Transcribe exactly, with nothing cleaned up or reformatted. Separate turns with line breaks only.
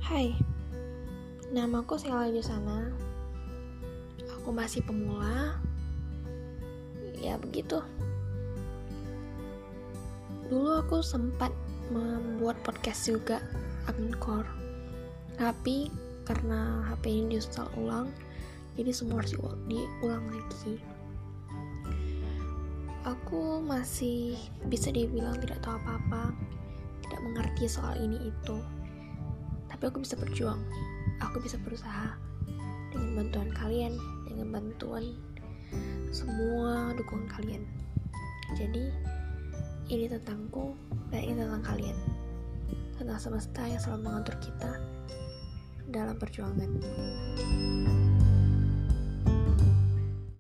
Hai, namaku Sheila Jusana. Aku masih pemula. Ya begitu. Dulu aku sempat membuat podcast juga, Anchor. Tapi karena H P ini diinstal ulang, jadi semua harus diulang lagi. Aku masih bisa dibilang tidak tahu apa-apa, tidak mengerti soal ini itu. Tapi aku bisa berjuang, aku bisa berusaha dengan bantuan kalian, dengan bantuan semua dukungan kalian. Jadi ini tentangku dan ini tentang kalian, tentang semesta yang selalu mengatur kita dalam perjuangan.